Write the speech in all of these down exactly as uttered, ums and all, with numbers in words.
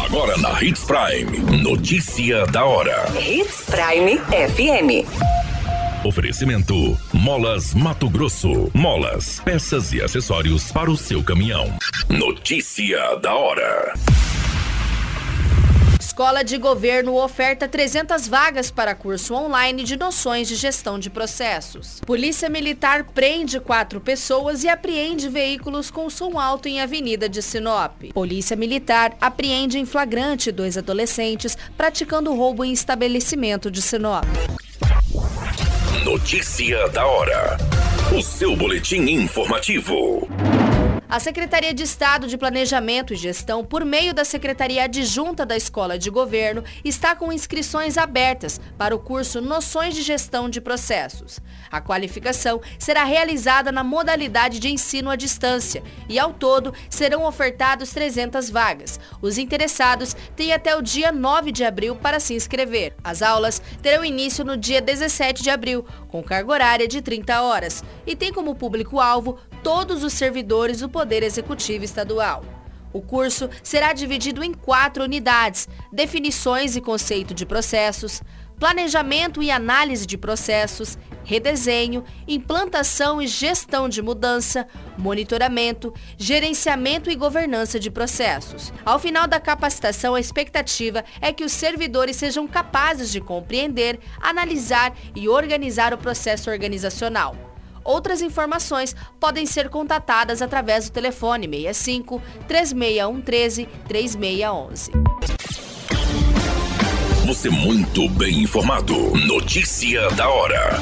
Agora na Hits Prime. Notícia da hora. Hits Prime F M. Oferecimento Molas Mato Grosso. Molas, peças e acessórios para o seu caminhão. Notícia da hora. Escola de Governo oferta trezentas vagas para curso online de noções de gestão de processos. Polícia Militar prende quatro pessoas e apreende veículos com som alto em Avenida de Sinop. Polícia Militar apreende em flagrante dois adolescentes praticando roubo em estabelecimento de Sinop. Notícia da hora. O seu boletim informativo. A Secretaria de Estado de Planejamento e Gestão, por meio da Secretaria Adjunta da Escola de Governo, está com inscrições abertas para o curso Noções de Gestão de Processos. A qualificação será realizada na modalidade de ensino à distância e, ao todo, serão ofertados trezentas vagas. Os interessados têm até o dia nove de abril para se inscrever. As aulas terão início no dia dezessete de abril, com carga horária de trinta horas, e tem como público-alvo todos os servidores do Poder Executivo Estadual. O curso será dividido em quatro unidades: definições e conceito de processos, planejamento e análise de processos, redesenho, implantação e gestão de mudança, monitoramento, gerenciamento e governança de processos. Ao final da capacitação, a expectativa é que os servidores sejam capazes de compreender, analisar e organizar o processo organizacional. Outras informações podem ser contatadas através do telefone seis cinco, três seis um, um três, três seis um um. Você muito bem informado. Notícia da hora.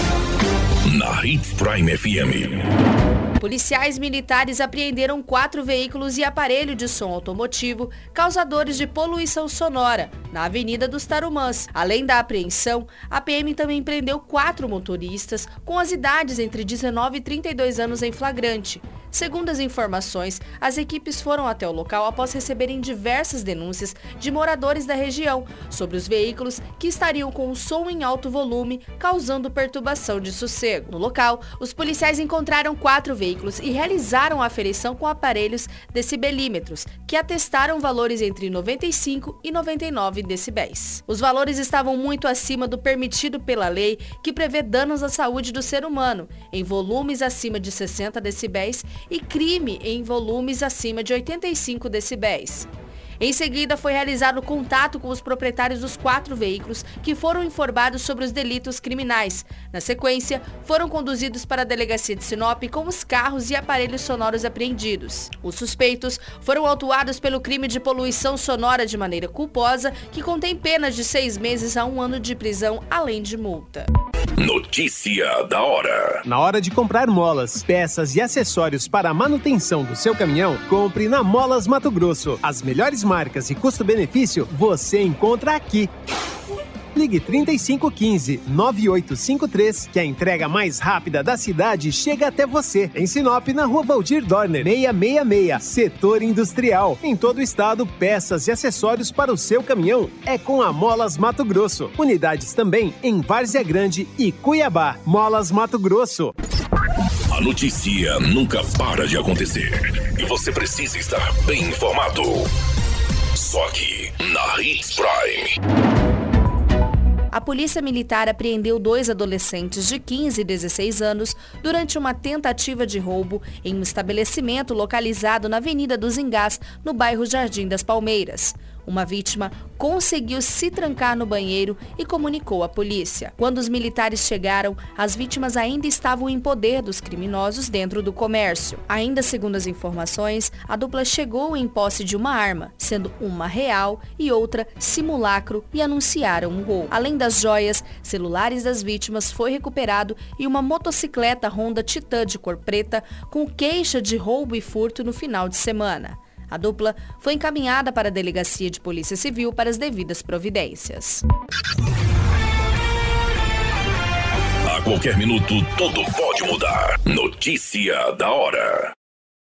Na Hits Prime F M. Policiais militares apreenderam quatro veículos e aparelho de som automotivo causadores de poluição sonora na Avenida dos Tarumãs. Além da apreensão, a P M também prendeu quatro motoristas com as idades entre dezenove e trinta e dois anos em flagrante. Segundo as informações, as equipes foram até o local após receberem diversas denúncias de moradores da região sobre os veículos que estariam com o som em alto volume, causando perturbação de sossego. No local, os policiais encontraram quatro veículos e realizaram a aferição com aparelhos decibelímetros, que atestaram valores entre noventa e cinco e noventa e nove decibéis. Os valores estavam muito acima do permitido pela lei, que prevê danos à saúde do ser humano, em volumes acima de sessenta decibéis e crime em volumes acima de oitenta e cinco decibéis. Em seguida, foi realizado contato com os proprietários dos quatro veículos, que foram informados sobre os delitos criminais. Na sequência, foram conduzidos para a delegacia de Sinop com os carros e aparelhos sonoros apreendidos. Os suspeitos foram autuados pelo crime de poluição sonora de maneira culposa, que contém penas de seis meses a um ano de prisão, além de multa. Notícia da hora. Na hora de comprar molas, peças e acessórios para a manutenção do seu caminhão, compre na Molas Mato Grosso. As melhores marcas e custo-benefício você encontra aqui. Ligue trinta e cinco quinze, nove oito cinco três, que a entrega mais rápida da cidade chega até você. Em Sinop, na Rua Valdir Dorner, seiscentos e sessenta e seis, Setor Industrial. Em todo o estado, peças e acessórios para o seu caminhão é com a Molas Mato Grosso. Unidades também em Várzea Grande e Cuiabá. Molas Mato Grosso. A notícia nunca para de acontecer e você precisa estar bem informado. Só aqui, na Hits Prime. A Polícia Militar apreendeu dois adolescentes de quinze e dezesseis anos durante uma tentativa de roubo em um estabelecimento localizado na Avenida dos Engás, no bairro Jardim das Palmeiras. Uma vítima conseguiu se trancar no banheiro e comunicou à polícia. Quando os militares chegaram, as vítimas ainda estavam em poder dos criminosos dentro do comércio. Ainda segundo as informações, a dupla chegou em posse de uma arma, sendo uma real e outra simulacro, e anunciaram um roubo. Além das joias, celulares das vítimas foi recuperado e uma motocicleta Honda Titan de cor preta com queixa de roubo e furto no final de semana. A dupla foi encaminhada para a Delegacia de Polícia Civil para as devidas providências. A qualquer minuto, tudo pode mudar. Notícia da hora.